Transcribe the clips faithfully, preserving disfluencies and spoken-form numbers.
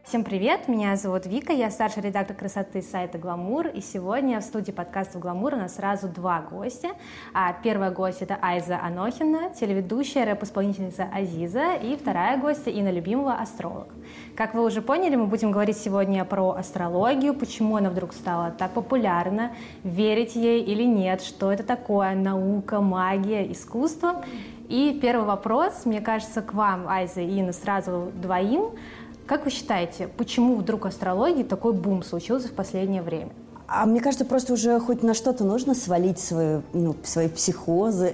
Всем привет, меня зовут Вика, я старший редактор красоты сайта Glamour, и сегодня в студии подкастов Glamour у нас сразу два гостя. Первая гость — это Айза Анохина, телеведущая, рэп-исполнительница Азиза, и вторая гостья — Инна Любимова, астролог. Как вы уже поняли, мы будем говорить сегодня про астрологию, почему она вдруг стала так популярна, верить ей или нет, что это такое, наука, магия, искусство. И первый вопрос, мне кажется, к вам, Айза и Инна, сразу двоим. Как вы считаете, почему вдруг астрологии такой бум случился в последнее время? А мне кажется, просто уже хоть на что-то нужно свалить свои, ну, свои психозы,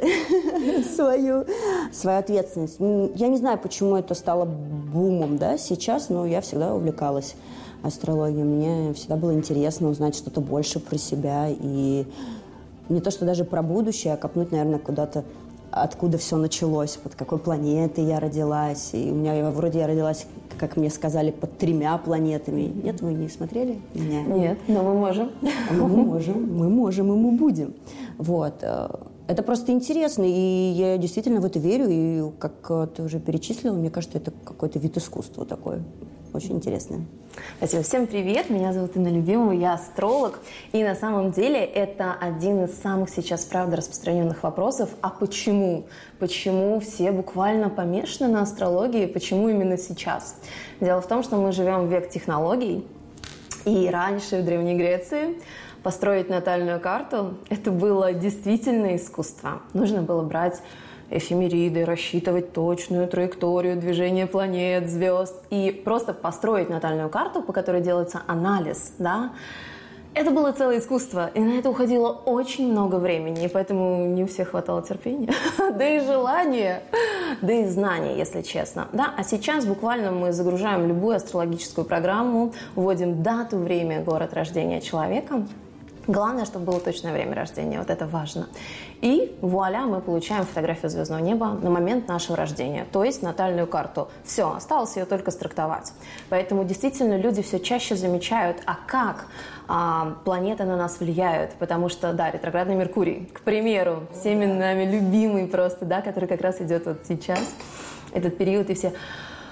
свою, свою ответственность. Я не знаю, почему это стало бумом, да, сейчас, но я всегда увлекалась астрологией. Мне всегда было интересно узнать что-то больше про себя. И не то, что даже про будущее, а копнуть, наверное, куда-то, откуда все началось, под какой планетой я родилась. И у меня вроде я родилась, как мне сказали, под тремя планетами. Нет, вы не смотрели меня? Нет, но мы можем. Мы можем, мы можем, и мы будем. Вот. Это просто интересно, и я действительно в это верю, и, как ты уже перечислила, мне кажется, это какой-то вид искусства такой. Очень интересно. Спасибо. Всем привет, меня зовут Инна Любимова, я астролог. И на самом деле это один из самых сейчас, правда, распространенных вопросов. А почему? Почему все буквально помешаны на астрологии? Почему именно сейчас? Дело в том, что мы живем в век технологий. И раньше в Древней Греции построить натальную карту – это было действительно искусство. Нужно было брать эфемериды, рассчитывать точную траекторию движения планет, звезд и просто построить натальную карту, по которой делается анализ, да. Это было целое искусство, и на это уходило очень много времени, и поэтому не у всех хватало терпения, да и желания, да и знаний, если честно. Да? А сейчас буквально мы загружаем любую астрологическую программу, вводим дату, время, город рождения человека. Главное, чтобы было точное время рождения, вот это важно. И вуаля, мы получаем фотографию звездного неба на момент нашего рождения, то есть натальную карту. Все, осталось ее только страктовать. Поэтому действительно люди все чаще замечают, а как а, планеты на нас влияют, потому что, да, ретроградный Меркурий, к примеру, всеми нами любимый просто, да, который как раз идет вот сейчас, этот период, и все,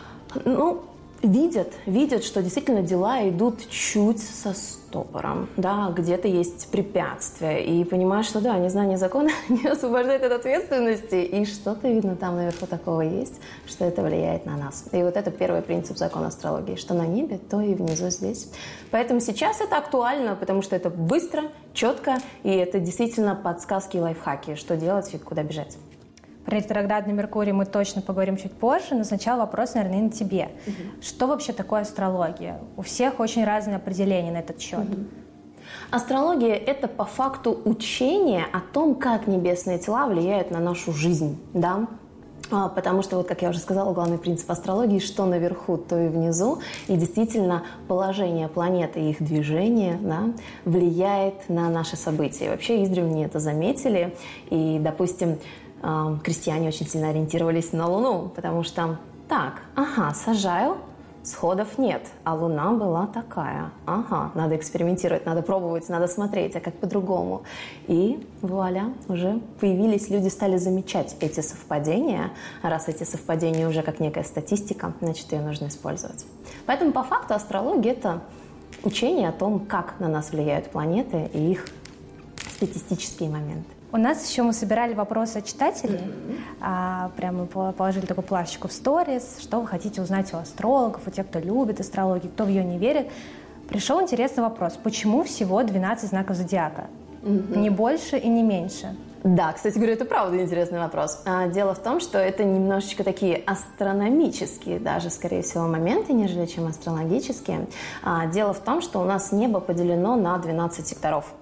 ну, Видят, видят, что действительно дела идут чуть со стопором, да, где-то есть препятствия, и понимают, что да, незнание закона не освобождает от ответственности, и что-то, видно, там наверху такого есть, что это влияет на нас. И вот это первый принцип закона астрологии, что на небе, то и внизу здесь. Поэтому сейчас это актуально, потому что это быстро, четко, и это действительно подсказки и лайфхаки, что делать и куда бежать. Про ретроградный Меркурий мы точно поговорим чуть позже, но сначала вопрос, наверное, на тебе. Угу. Что вообще такое астрология? У всех очень разные определения на этот счет. Угу. Астрология – это по факту учение о том, как небесные тела влияют на нашу жизнь, да? Потому что, вот, как я уже сказала, главный принцип астрологии – что наверху, то и внизу. И действительно, положение планеты и их движение, да, влияет на наши события. И вообще издревле это заметили. И, допустим, крестьяне очень сильно ориентировались на Луну, потому что так, ага, сажаю, сходов нет, а Луна была такая, ага, надо экспериментировать, надо пробовать, надо смотреть, а как по-другому. И вуаля, уже появились, люди стали замечать эти совпадения, а раз эти совпадения уже как некая статистика, значит, ее нужно использовать. Поэтому по факту астрология – это учение о том, как на нас влияют планеты и их статистические моменты. У нас еще мы собирали вопросы от читателей, mm-hmm. а, прямо положили такую плашечку в сторис, что вы хотите узнать у астрологов, у тех, кто любит астрологию, кто в ее не верит. Пришел интересный вопрос, почему всего двенадцать знаков зодиака? Mm-hmm. Не больше и не меньше? Да, кстати говоря, это правда интересный вопрос. Дело в том, что это немножечко такие астрономические даже, скорее всего, моменты, нежели чем астрологические. Дело в том, что у нас небо поделено на двенадцать секторов.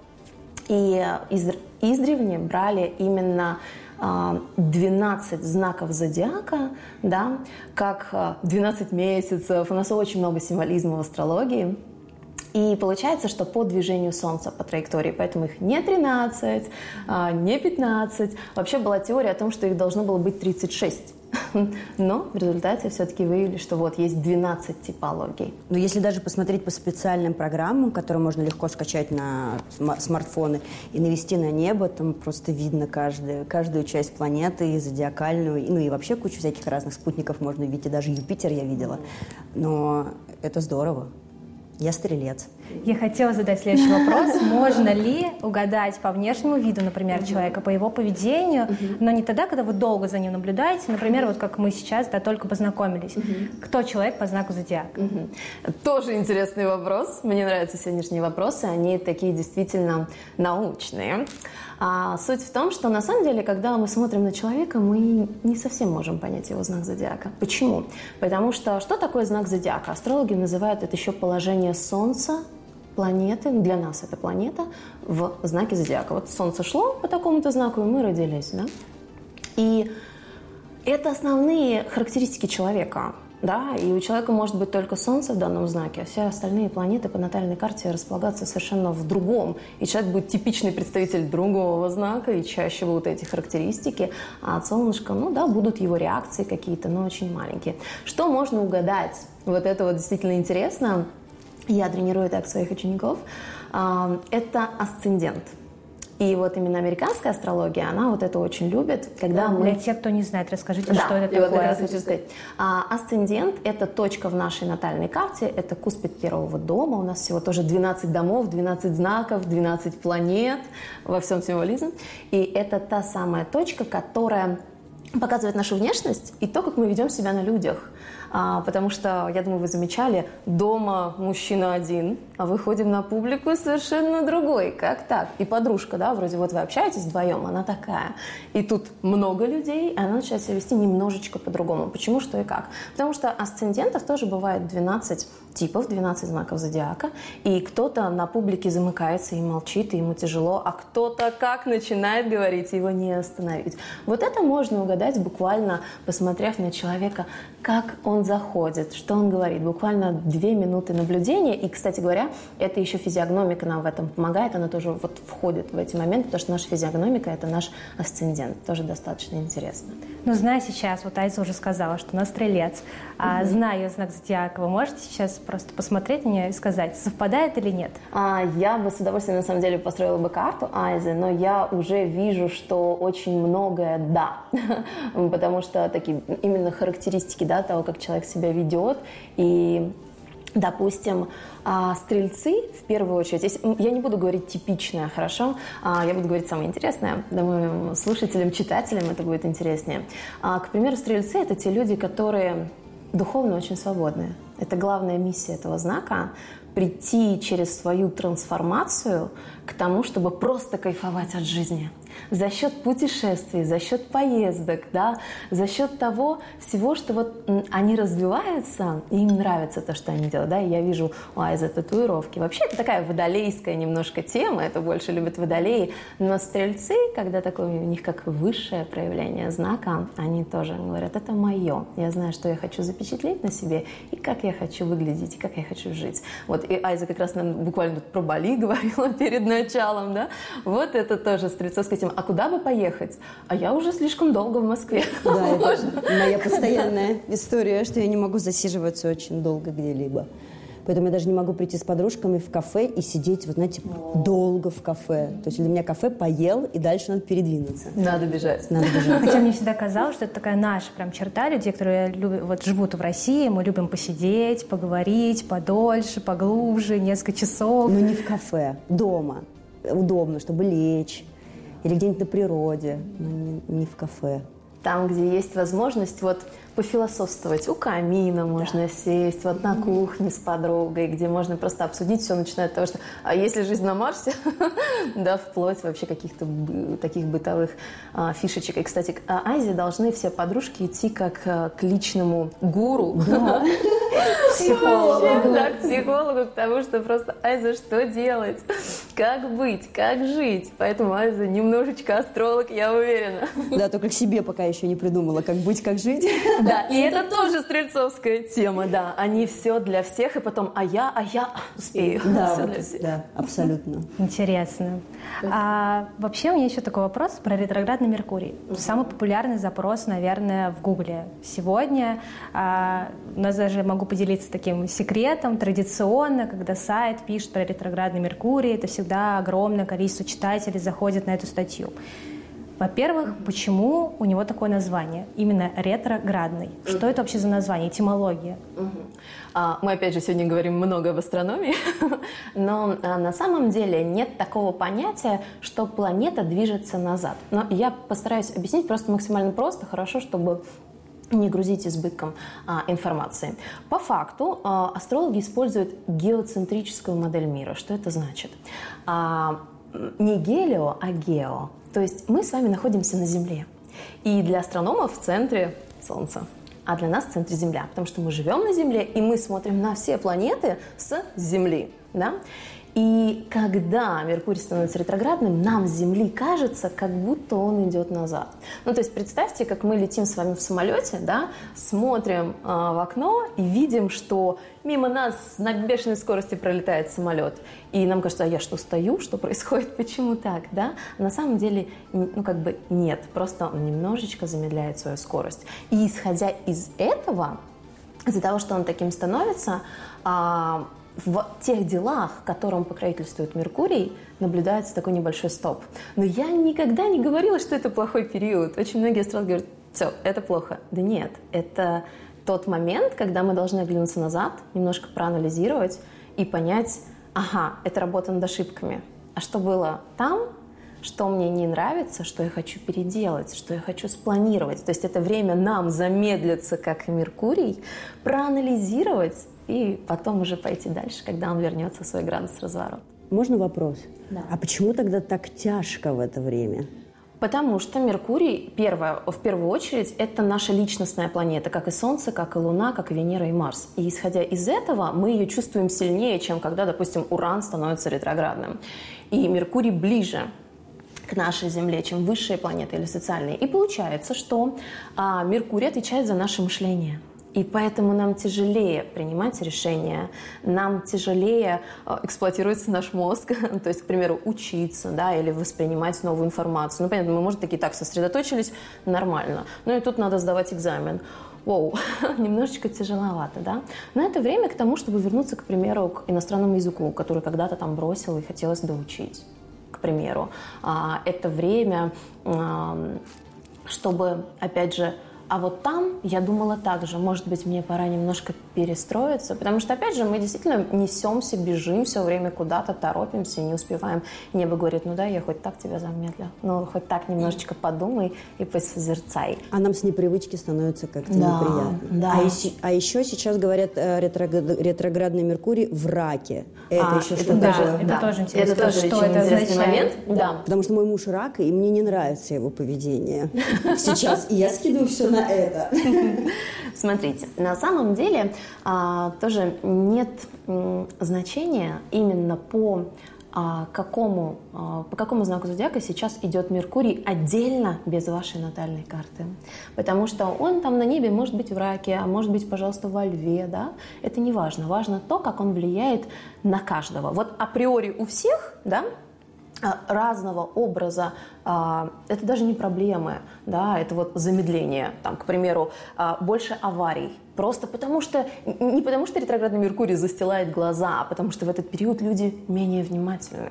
И из, издревле брали именно э, двенадцать знаков зодиака, да, как двенадцать месяцев. У нас очень много символизма в астрологии. И получается, что по движению Солнца, по траектории, поэтому их не тринадцать, э, не пятнадцать. Вообще была теория о том, что их должно было быть тридцать шесть. Но в результате все-таки выявили, что вот есть двенадцать типологий. Но если даже посмотреть по специальным программам, которые можно легко скачать на см- смартфоны и навести на небо, там просто видно каждую, каждую часть планеты, и зодиакальную, и, ну и вообще кучу всяких разных спутников можно увидеть, и даже Юпитер я видела. Но это здорово. Я стрелец. Я хотела задать следующий вопрос. Можно ли угадать по внешнему виду, например, человека, по его поведению, но не тогда, когда вы долго за ним наблюдаете, например, вот как мы сейчас, да, только познакомились. Кто человек по знаку зодиака? Тоже интересный вопрос. Мне нравятся сегодняшние вопросы. Они такие действительно научные. А суть в том, что на самом деле, когда мы смотрим на человека, мы не совсем можем понять его знак зодиака. Почему? Потому что что такое знак зодиака? Астрологи называют это еще положение Солнца, планеты, для нас это планета, в знаке зодиака. Вот Солнце шло по такому-то знаку, и мы родились, да? И это основные характеристики человека. Да, и у человека может быть только Солнце в данном знаке, а все остальные планеты по натальной карте располагаться совершенно в другом. И человек будет типичный представитель другого знака, и чаще будут эти характеристики. А от солнышка, ну да, будут его реакции какие-то, но очень маленькие. Что можно угадать? Вот это вот действительно интересно. Я тренирую так своих учеников. Это асцендент. И вот именно американская астрология, она вот это очень любит, когда да, мы... Для тех, кто не знает, расскажите, да, что это и такое. Вот как раз хочу сказать. А, асцендент – это точка в нашей натальной карте, это куспид первого дома. У нас всего тоже двенадцать домов, двенадцать знаков, двенадцать планет, во всем символизм. И это та самая точка, которая показывает нашу внешность и то, как мы ведем себя на людях. А, потому что, я думаю, вы замечали, дома мужчина один, а выходим на публику совершенно другой. Как так? И подружка, да, вроде вот вы общаетесь вдвоем, она такая. И тут много людей, и она начинает себя вести немножечко по-другому. Почему, что и как? Потому что асцендентов тоже бывает двенадцать типов, двенадцать знаков зодиака, и кто-то на публике замыкается и молчит, и ему тяжело, а кто-то как начинает говорить, его не остановить. Вот это можно угадать буквально, посмотрев на человека, как он заходит, что он говорит. Буквально две минуты наблюдения. И, кстати говоря, это еще физиогномика нам в этом помогает. Она тоже вот входит в эти моменты, потому что наша физиогномика – это наш асцендент. Тоже достаточно интересно. Ну, зная сейчас, вот Айза уже сказала, что она стрелец. Mm-hmm. А, зная знак зодиака, вы можете сейчас просто посмотреть на нее и сказать, совпадает или нет? А, я бы с удовольствием, на самом деле, построила бы карту Айзы, но я уже вижу, что очень многое «да». Потому что такие именно характеристики, да, того, как человек себя ведет. И, допустим, стрельцы, в первую очередь, если, я не буду говорить типичное, хорошо, я буду говорить самое интересное, думаю, слушателям, читателям это будет интереснее. К примеру, стрельцы – это те люди, которые духовно очень свободны. Это главная миссия этого знака – прийти через свою трансформацию к тому, чтобы просто кайфовать от жизни. За счет путешествий, за счет поездок, да, за счет того всего, что вот они развиваются, и им нравится то, что они делают. Да? И я вижу у Айзы татуировки. Вообще это такая водолейская немножко тема, это больше любят водолеи. Но стрельцы, когда такое у них как высшее проявление знака, они тоже говорят, это мое. Я знаю, что я хочу запечатлеть на себе, и как я хочу выглядеть, и как я хочу жить. Вот, и Айза как раз нам буквально про Бали говорила перед началом, да. Вот это тоже стрельцовская тема. А куда бы поехать? А я уже слишком долго в Москве. Да, это моя постоянная история, что я не могу засиживаться очень долго где-либо. Поэтому я даже не могу прийти с подружками в кафе и сидеть, вот знаете, долго в кафе. То есть для меня кафе поел, и дальше надо передвинуться. Надо бежать. Надо бежать. Хотя мне всегда казалось, что это такая наша прям черта людей, которые любят, вот, живут в России. Мы любим посидеть, поговорить подольше, поглубже, несколько часов. Но не в кафе, дома. Удобно, чтобы лечь. Или где-нибудь на природе, но не, не в кафе. Там, где есть возможность вот пофилософствовать. У камина можно да. сесть, вот на кухне с подругой, где можно просто обсудить все, начиная от того, что а если жизнь на Марсе, да, вплоть вообще каких-то таких бытовых а, фишечек. И, кстати, к Айзе должны все подружки идти как а, к личному гуру. Да. Психологу. Да, к психологу, к тому, что просто Айза, что делать? Как быть? Как жить? Поэтому Айза немножечко астролог, я уверена. Да, только к себе пока еще не придумала, как быть, как жить. Да, и это тоже стрельцовская тема, да. Они все для всех, и потом, а я, а я успею. Да, Всё вот, для всех. да, абсолютно. Интересно. А, вообще у меня еще такой вопрос про ретроградный Меркурий. Самый популярный запрос, наверное, в Гугле сегодня. А, у нас даже могу поделиться таким секретом. Традиционно, когда сайт пишет про ретроградный Меркурий, это всегда огромное количество читателей заходит на эту статью. Во-первых, почему у него такое название? Именно ретроградный. Что это вообще за название? Этимология? А, мы опять же сегодня говорим много об астрономии, но а, на самом деле нет такого понятия, что планета движется назад. Но я постараюсь объяснить просто максимально просто, хорошо, чтобы не грузить избытком а, информации. По факту а, астрологи используют геоцентрическую модель мира. Что это значит? А, не гелио, а гео. То есть мы с вами находимся на Земле. И для астрономов в центре Солнце, а для нас в центре Земля. Потому что мы живем на Земле, и мы смотрим на все планеты с Земли. Да? И когда Меркурий становится ретроградным, нам с Земли кажется, как будто он идет назад. Ну, то есть представьте, как мы летим с вами в самолете, да, смотрим э, в окно и видим, что мимо нас на бешеной скорости пролетает самолет. И нам кажется, а я что, стою? Что происходит? Почему так? Да? А на самом деле, ну, как бы нет. Просто он немножечко замедляет свою скорость. И исходя из этого, из-за того, что он таким становится, э, в тех делах, которым покровительствует Меркурий, наблюдается такой небольшой стоп. Но я никогда не говорила, что это плохой период. Очень многие астрологи говорят, все, это плохо. Да нет, это тот момент, когда мы должны оглянуться назад, немножко проанализировать и понять, ага, это работа над ошибками. А что было там, что мне не нравится, что я хочу переделать, что я хочу спланировать. То есть это время нам замедлиться, как и Меркурий, проанализировать, и потом уже пойти дальше, когда он вернется в свой градус разворота. Можно вопрос? Да. А почему тогда так тяжко в это время? Потому что Меркурий, первое, в первую очередь, это наша личностная планета, как и Солнце, как и Луна, как и Венера и Марс. И исходя из этого, мы ее чувствуем сильнее, чем когда, допустим, Уран становится ретроградным. И Меркурий ближе к нашей Земле, чем высшие планеты или социальные. И получается, что а, Меркурий отвечает за наше мышление. И поэтому нам тяжелее принимать решения, нам тяжелее э, эксплуатируется наш мозг, то есть, к примеру, учиться, да, или воспринимать новую информацию. Ну, понятно, мы, может, такие так сосредоточились, нормально. Ну и тут надо сдавать экзамен. Воу, немножечко тяжеловато, да? Но это время к тому, чтобы вернуться, к примеру, к иностранному языку, который когда-то там бросил и хотелось доучить, к примеру. А, это время, а, чтобы, опять же, а вот там я думала так же, может быть, мне пора немножко перестроиться, потому что, опять же, мы действительно несемся, бежим все время куда-то, торопимся, не успеваем. И небо говорит, ну да, я хоть так тебя замедлю, ну хоть так немножечко подумай и посозерцай. А нам с непривычки становится как-то Да, неприятно. да. А, и- а еще сейчас говорят э, ретроград- ретроградный Меркурий в раке. Это А, еще это что-то Да, тоже- такое? это тоже интересно. Это тоже что очень это интересный означает? момент. Да. Потому что мой муж рак, и мне не нравится его поведение сейчас. И я скидываю все на это. Смотрите, на самом деле а, тоже нет м, значения именно по а, какому, а, по какому знаку зодиака сейчас идет Меркурий отдельно без вашей натальной карты. Потому что он там на небе может быть в раке, а может быть, пожалуйста, во льве, да? Это не важно. Важно то, как он влияет на каждого. Вот априори у всех, да, разного образа, это даже не проблемы, да, это вот замедление, там, к примеру, больше аварий. Просто потому что, не потому что ретроградный Меркурий застилает глаза, а потому что в этот период люди менее внимательны.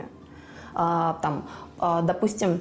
Там, допустим,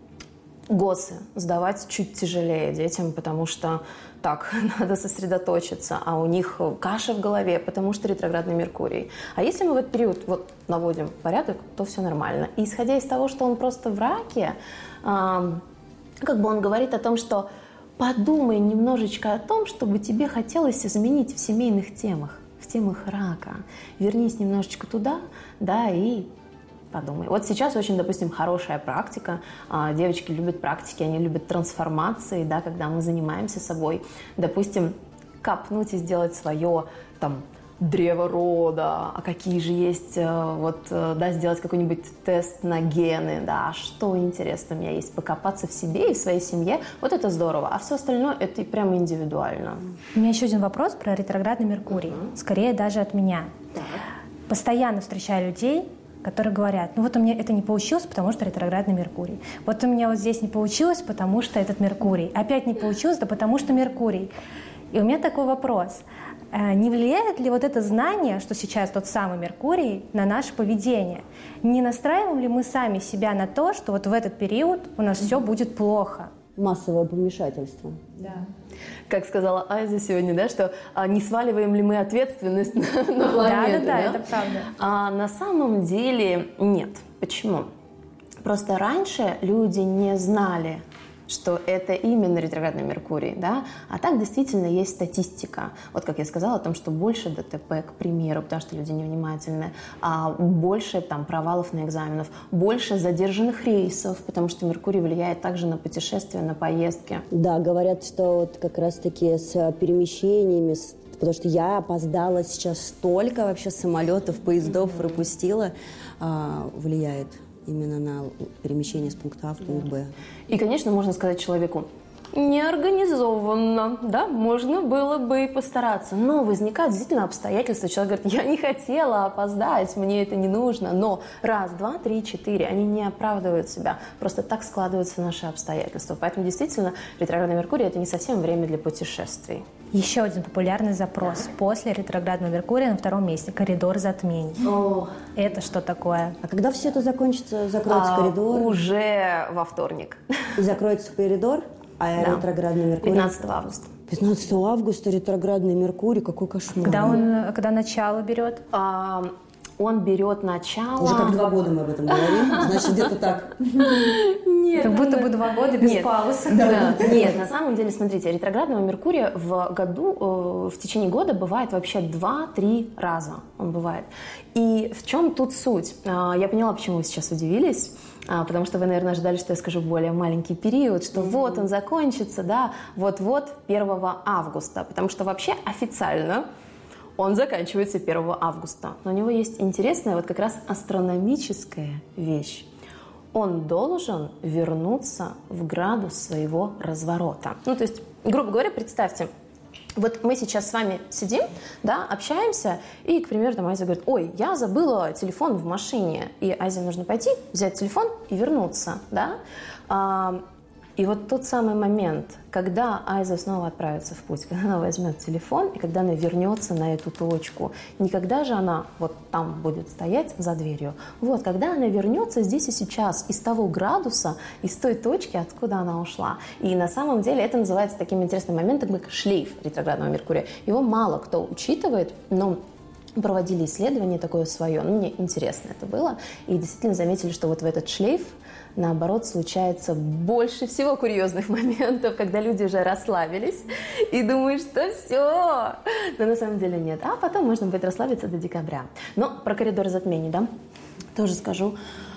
ГОСы сдавать чуть тяжелее детям, потому что так, надо сосредоточиться, а у них каша в голове, потому что ретроградный Меркурий. А если мы в этот период вот наводим порядок, то все нормально. И исходя из того, что он просто в раке, э, как бы он говорит о том, что подумай немножечко о том, чтобы тебе хотелось изменить в семейных темах, в темах рака. Вернись немножечко туда, да, и подумай. Вот сейчас очень, допустим, хорошая практика. Девочки любят практики, они любят трансформации, да, когда мы занимаемся собой. Допустим, копнуть и сделать свое там древо рода, а какие же есть, вот, да, сделать какой-нибудь тест на гены, да, что интересно у меня есть, покопаться в себе и в своей семье, вот это здорово, а все остальное это прямо индивидуально. У меня еще один вопрос про ретроградный Меркурий, uh-huh. скорее даже от меня. Так. Постоянно встречаю людей, которые говорят, ну вот у меня это не получилось, потому что ретроградный Меркурий. Вот у меня вот здесь не получилось, потому что этот Меркурий. Опять не получилось, да потому что Меркурий. И у меня такой вопрос. Не влияет ли вот это знание, что сейчас тот самый Меркурий, на наше поведение? Не настраиваем ли мы сами себя на то, что вот в этот период у нас mm-hmm. все будет плохо? Массовое помешательство. Да. Как сказала Айза сегодня, да, что а, не сваливаем ли мы ответственность на, на планету? Да, да, да, это правда. А на самом деле нет. Почему? Просто раньше люди не знали, что это именно ретроградный Меркурий, да, а так действительно есть статистика. Вот как я сказала о том, что больше ДТП, к примеру, потому что люди невнимательны, а больше там провалов на экзаменах, больше задержанных рейсов, потому что Меркурий влияет также на путешествия, на поездки. Да, говорят, что вот как раз-таки с перемещениями, потому что я опоздала сейчас столько вообще самолетов, поездов mm-hmm. пропустила, влияет именно на перемещение с пункта А в пункт Б. И, конечно, можно сказать человеку, неорганизованно, да, можно было бы и постараться. Но возникают действительно обстоятельства. Человек говорит, я не хотела опоздать, мне это не нужно. Но раз, два, три, четыре, они не оправдывают себя. Просто так складываются наши обстоятельства. Поэтому действительно ретроградный Меркурий – это не совсем время для путешествий. Еще один популярный запрос. После ретроградного Меркурия на втором месте – коридор затмений. О. Это что такое? А когда все это закончится, закроется а, коридор? Уже во вторник. И закроется коридор? А да. ретроградный Меркурий? пятнадцатого августа. пятнадцатого августа ретроградный Меркурий, какой кошмар. Когда он, когда начало берет? А, он берет начало... Уже как два года мы об этом говорим, значит, где-то так. Нет. Как будто бы два года без Нет. пауз. Да. Нет, на самом деле, смотрите, ретроградного Меркурия в году, в течение года бывает вообще два-три раза он бывает. И в чем тут суть? Я поняла, почему вы сейчас удивились. А, потому что вы, наверное, ожидали, что я скажу более маленький период, что mm-hmm. вот он закончится, да, вот-вот первого августа. Потому что вообще официально он заканчивается первого августа. Но у него есть интересная вот как раз астрономическая вещь. Он должен вернуться в градус своего разворота. Ну, то есть, грубо говоря, представьте, вот мы сейчас с вами сидим, да, общаемся, и, к примеру, там Айза говорит, ой, я забыла телефон в машине, и Айзе нужно пойти, взять телефон и вернуться, да. А, и вот тот самый момент, когда Айза снова отправится в путь, когда она возьмет телефон, и когда она вернется на эту точку, никогда же она вот там будет стоять за дверью. Вот, когда она вернется здесь и сейчас, из того градуса, из той точки, откуда она ушла. И на самом деле это называется таким интересным моментом, как шлейф ретроградного Меркурия. Его мало кто учитывает, но проводили исследование такое свое, ну, мне интересно это было, и действительно заметили, что вот в этот шлейф наоборот, случается больше всего курьезных моментов, когда люди уже расслабились и думают, что все. Но на самом деле нет. А потом можно будет расслабиться до декабря. Но про коридор затмений, да, тоже скажу.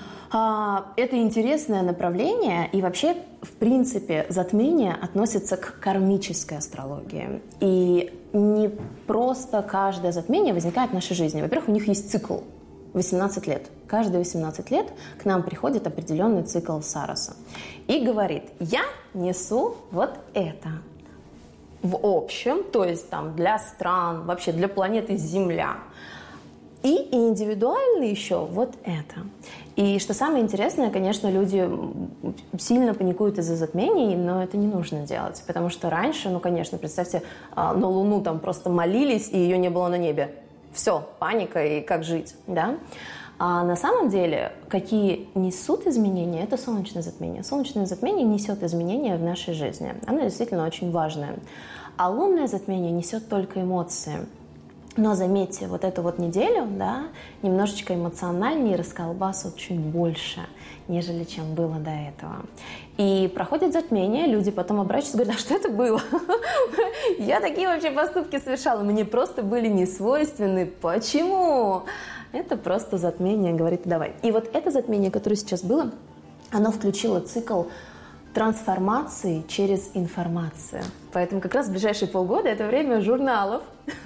Это интересное направление, и вообще, в принципе, затмение относится к кармической астрологии. И не просто каждое затмение возникает в нашей жизни. Во-первых, у них есть цикл. восемнадцать лет. Каждые восемнадцать лет к нам приходит определенный цикл Сараса. И говорит, я несу вот это. В общем, то есть там для стран, вообще для планеты Земля. И индивидуально еще вот это. И что самое интересное, конечно, люди сильно паникуют из-за затмений, но это не нужно делать. Потому что раньше, ну, конечно, представьте, на Луну там просто молились, и ее не было на небе. Все, паника и как жить, да? А на самом деле, какие несут изменения, это солнечное затмение. Солнечное затмение несет изменения в нашей жизни. Оно действительно очень важное. А лунное затмение несет только эмоции. Но заметьте, вот эту вот неделю, да, немножечко эмоциональнее расколбасут чуть больше, нежели чем было до этого. И проходит затмение, люди потом обращаются и говорят, а что это было? Я такие вообще поступки совершала, мне просто были не свойственны. Почему? Это просто затмение, говорит, давай. И вот это затмение, которое сейчас было, оно включило цикл трансформации через информацию. Поэтому как раз в ближайшие полгода это время журналов.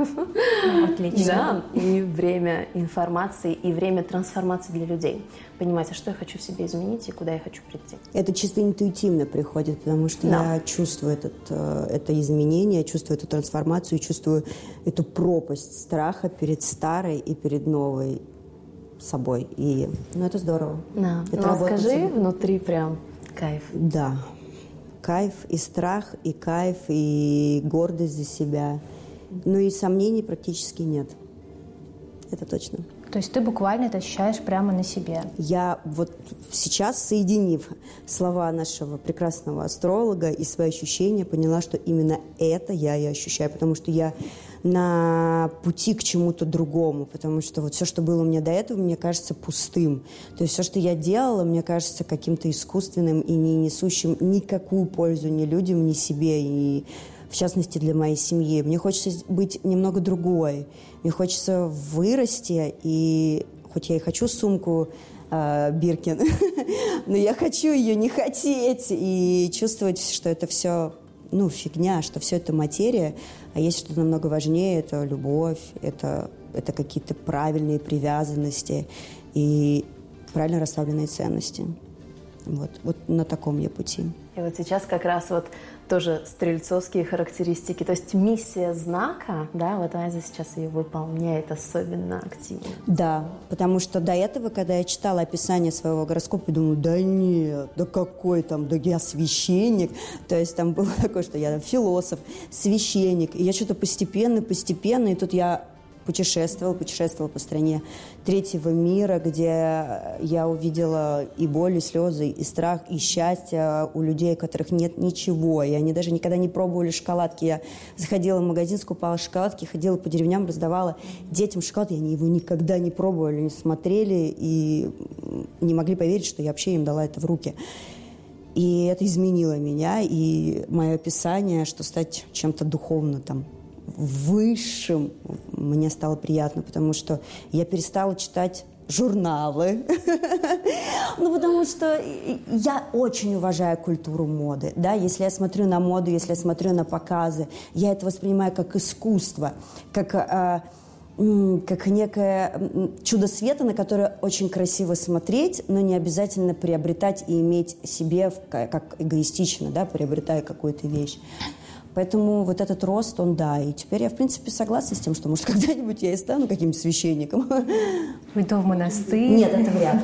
Отлично. Да, и время информации, и время трансформации для людей. Понимать, а что я хочу в себе изменить и куда я хочу прийти. Это чисто интуитивно приходит, потому что да. я чувствую этот, это изменение, чувствую эту трансформацию, чувствую эту пропасть страха перед старой и перед новой собой. И, ну, это здорово. Да. Это ну, а скажи, внутри прям кайф. Да. Кайф и страх, и кайф, и гордость за себя. Ну и сомнений практически нет. Это точно. То есть ты буквально это ощущаешь прямо на себе? Я вот сейчас, соединив слова нашего прекрасного астролога и свои ощущения, поняла, что именно это я и ощущаю, потому что я на пути к чему-то другому, потому что вот все, что было у меня до этого, мне кажется пустым. То есть все, что я делала, мне кажется каким-то искусственным и не несущим никакую пользу ни людям, ни себе, и в частности для моей семьи. Мне хочется быть немного другой. Мне хочется вырасти, и хоть я и хочу сумку э, Биркин, но я хочу ее не хотеть и чувствовать, что это все, ну, фигня, что все это материя, а есть что-то намного важнее, это любовь, это, это какие-то правильные привязанности и правильно расставленные ценности. Вот, вот на таком я пути. И вот сейчас как раз вот тоже стрельцовские характеристики, то есть миссия знака, да, вот Айза сейчас ее выполняет особенно активно. Да, потому что до этого, когда я читала описание своего гороскопа, я думаю, да нет, да какой там, да я священник, то есть там было такое, что я философ, священник, и я что-то постепенно, постепенно, и тут я путешествовала, путешествовала по стране третьего мира, где я увидела и боль, и слезы, и страх, и счастье у людей, у которых нет ничего, и они даже никогда не пробовали шоколадки. Я заходила в магазин, скупала шоколадки, ходила по деревням, раздавала детям шоколад, и они его никогда не пробовали, не смотрели, и не могли поверить, что я вообще им дала это в руки. И это изменило меня, и мое описание, что стать чем-то духовно там, высшим, мне стало приятно, потому что я перестала читать журналы. Ну, потому что я очень уважаю культуру моды. Да? Если я смотрю на моду, если я смотрю на показы, я это воспринимаю как искусство, как, а, как некое чудо света, на которое очень красиво смотреть, но не обязательно приобретать и иметь себе, как эгоистично, да, приобретая какую-то вещь. Поэтому вот этот рост, он, да. И теперь я, в принципе, согласна с тем, что, может, когда-нибудь я и стану каким-то священником. Уйду в монастырь. Нет, это вряд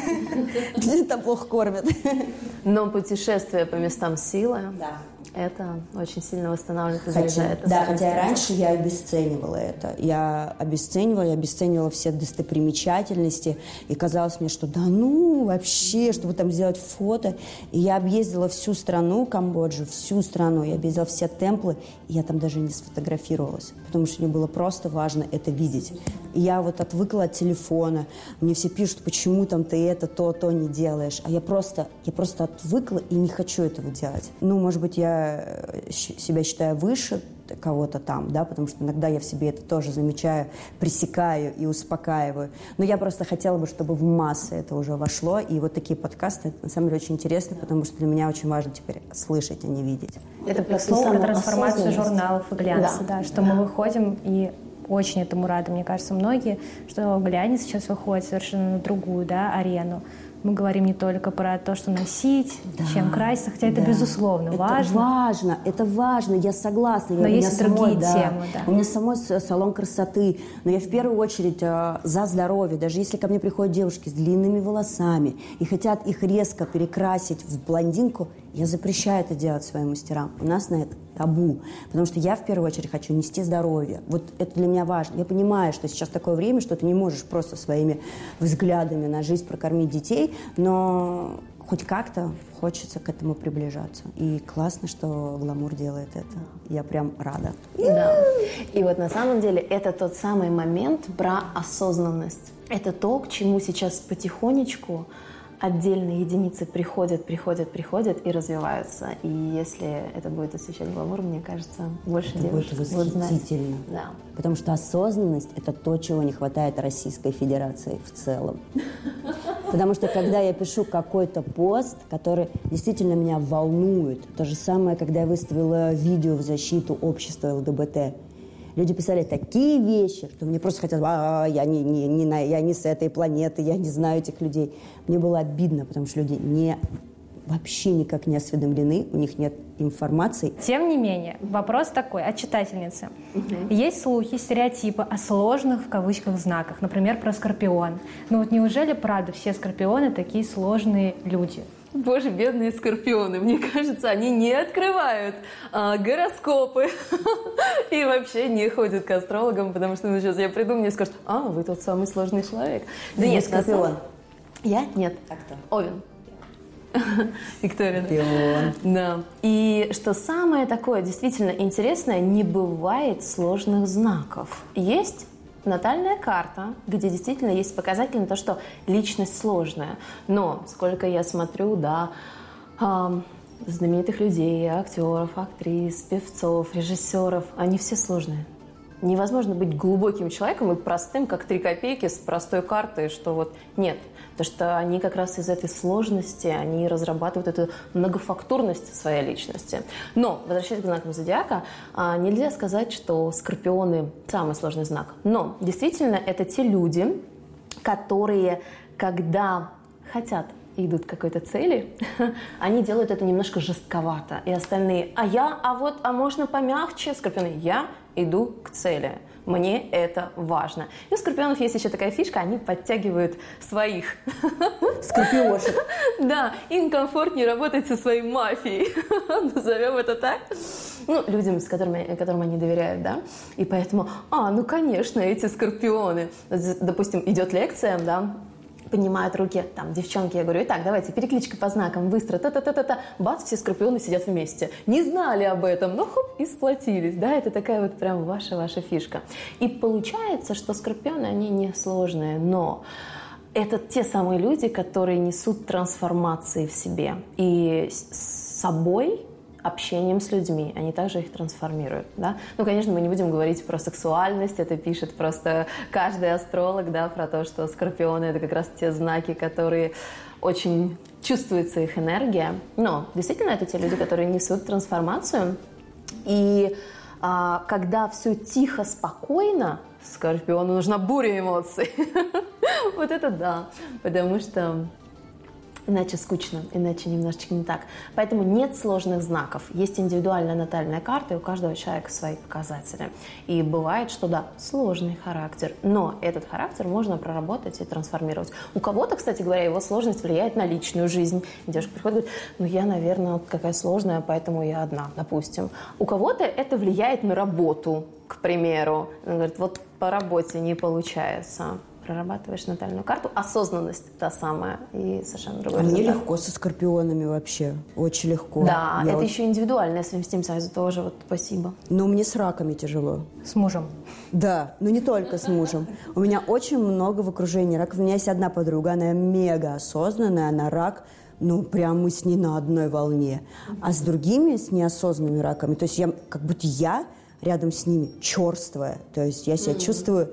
ли. Там плохо кормят. Но путешествие по местам силы, да. это очень сильно восстанавливает и Хотя, заряжает. да, хотя раньше я обесценивала это. Я обесценивала, я обесценивала все достопримечательности. И казалось мне, что да ну, вообще, чтобы там сделать фото. И я объездила всю страну, Камбоджу, всю страну. Я объездила все темплы, и я там даже не сфотографировалась. Потому что мне было просто важно это видеть. И я вот отвыкла от телефона. Мне все пишут, почему там ты это, то, то не делаешь. А я просто, я просто отвыкла и не хочу этого делать. Ну, может быть, я себя считаю выше кого-то там, да, потому что иногда я в себе это тоже замечаю, пресекаю и успокаиваю. Но я просто хотела бы, чтобы в массы это уже вошло, и вот такие подкасты, это на самом деле очень интересно, потому что для меня очень важно теперь слышать, а не видеть. Это про трансформацию журналов и глянца, да, да, что да. мы выходим и очень этому рады, мне кажется, многие, что глянец сейчас выходит совершенно на другую, да, арену. Мы говорим не только про то, что носить, да, чем краситься, хотя да. это, безусловно, это важно. важно. Это важно, я согласна. Но я, есть у меня другие самой, да, темы. Да. У меня самой салон красоты, но я в первую очередь э, за здоровье. Даже если ко мне приходят девушки с длинными волосами и хотят их резко перекрасить в блондинку, я запрещаю это делать своим мастерам. У нас на это табу, потому что я в первую очередь хочу нести здоровье. Вот это для меня важно. Я понимаю, что сейчас такое время, что ты не можешь просто своими взглядами на жизнь прокормить детей, но хоть как-то хочется к этому приближаться. И классно, что Гламур делает это. Я прям рада. Да. И вот на самом деле это тот самый момент про осознанность. Это то, к чему сейчас потихонечку отдельные единицы приходят, приходят, приходят и развиваются. И если это будет освещать гламур, мне кажется, больше это девушек будет будут знать. восхитительно. Да. Потому что осознанность – это то, чего не хватает Российской Федерации в целом. Потому что когда я пишу какой-то пост, который действительно меня волнует, то же самое, когда я выставила видео в защиту общества ЛГБТ, люди писали такие вещи, что мне просто хотелось, а, я, не, не, не на, я не с этой планеты, я не знаю этих людей. Мне было обидно, потому что люди не, вообще никак не осведомлены, у них нет информации. Тем не менее, вопрос такой от читательницы. Угу. Есть слухи, стереотипы о сложных, в кавычках, знаках, например, про скорпион. Но вот неужели, правда, все скорпионы такие сложные люди? Боже, бедные скорпионы, мне кажется, они не открывают а, гороскопы и вообще не ходят к астрологам, потому что ну, сейчас я приду, мне скажут, а, вы тот самый сложный человек. Да нет, скорпион. Я? Нет. А кто? Овен. Виктория. Скорпион. Да. И что самое такое действительно интересное, не бывает сложных знаков. Есть натальная карта, где действительно есть показатели на то, что личность сложная. Но сколько я смотрю, да, э, знаменитых людей, актеров, актрис, певцов, режиссеров, они все сложные. Невозможно быть глубоким человеком и простым, как три копейки, с простой картой, что вот нет. Потому что они как раз из этой сложности, они разрабатывают эту многофактурность своей личности. Но, возвращаясь к знакам зодиака, нельзя сказать, что скорпионы – самый сложный знак. Но, действительно, это те люди, которые, когда хотят и идут к какой-то цели, они делают это немножко жестковато. И остальные, а я, а вот, а можно помягче? Скорпионы, я иду к цели. Мне это важно. И у скорпионов есть еще такая фишка, они подтягивают своих. Скорпиошек. Да, им комфортнее работать со своей мафией. Назовем это так. Ну, людям, с которыми, которым они доверяют, да. И поэтому, а, ну, конечно, эти скорпионы. Допустим, идет лекция, да, поднимают руки, там, девчонки, я говорю, итак, давайте, перекличка по знакам, быстро, та-та-та-та-та, бац, все скорпионы сидят вместе. Не знали об этом, но хоп, и сплотились, да, это такая вот прям ваша-ваша фишка. И получается, что скорпионы, они не сложные, но это те самые люди, которые несут трансформации в себе. И с собой, общением с людьми, они также их трансформируют, да. Ну, конечно, мы не будем говорить про сексуальность, это пишет просто каждый астролог, да, про то, что скорпионы — это как раз те знаки, которые очень чувствуется их энергия. Но действительно, это те люди, которые несут трансформацию. И а, когда все тихо, спокойно, скорпиону нужна буря эмоций. Вот это да, потому что иначе скучно, иначе немножечко не так. Поэтому нет сложных знаков. Есть индивидуальная натальная карта, и у каждого человека свои показатели. И бывает, что да, сложный характер, но этот характер можно проработать и трансформировать. У кого-то, кстати говоря, его сложность влияет на личную жизнь. Девушка приходит и говорит, ну я, наверное, какая сложная, поэтому я одна, допустим. У кого-то это влияет на работу, к примеру. Она говорит, вот по работе не получается. Прорабатываешь натальную карту, осознанность та самая и совершенно другой. А мне легко со скорпионами вообще, очень легко. Да, я это вот... еще индивидуальная совместимость, тоже вот спасибо. Но мне с раками тяжело. С мужем? Да, но не только с мужем. У меня очень много в окружении раков. У меня есть одна подруга, она мега осознанная, она рак, ну прям мы с ней на одной волне. А с другими, с неосознанными раками, то есть я, как будто я рядом с ними черствая, то есть я себя mm-hmm. чувствую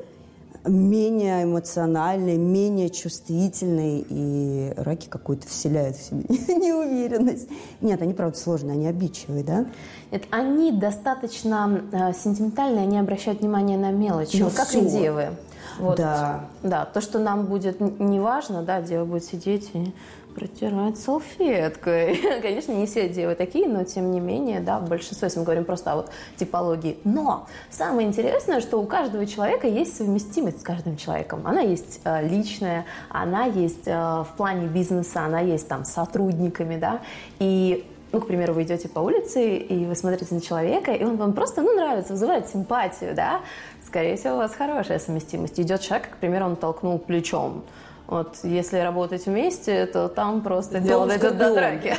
менее эмоциональной, менее чувствительной, и раки какую-то вселяют в себе неуверенность. Нет, они, правда, сложные, они обидчивые, да? Нет, они достаточно э, сентиментальные, они обращают внимание на мелочи, ну, вот как все. и девы. Вот, да. Да, то, что нам будет неважно, да, дева будет сидеть и протирать салфеткой. Конечно, не все девы такие, но тем не менее, да, в большинстве, если мы говорим просто о вот типологии. Но самое интересное, что у каждого человека есть совместимость с каждым человеком. Она есть э, личная, она есть э, в плане бизнеса, она есть там с сотрудниками, да, и ну, к примеру, вы идете по улице, и вы смотрите на человека, и он вам просто, ну, нравится, вызывает симпатию, да, скорее всего, у вас хорошая совместимость. Идет человек, к примеру, он толкнул плечом. Вот, если работать вместе, то там просто дело дойдет до драки.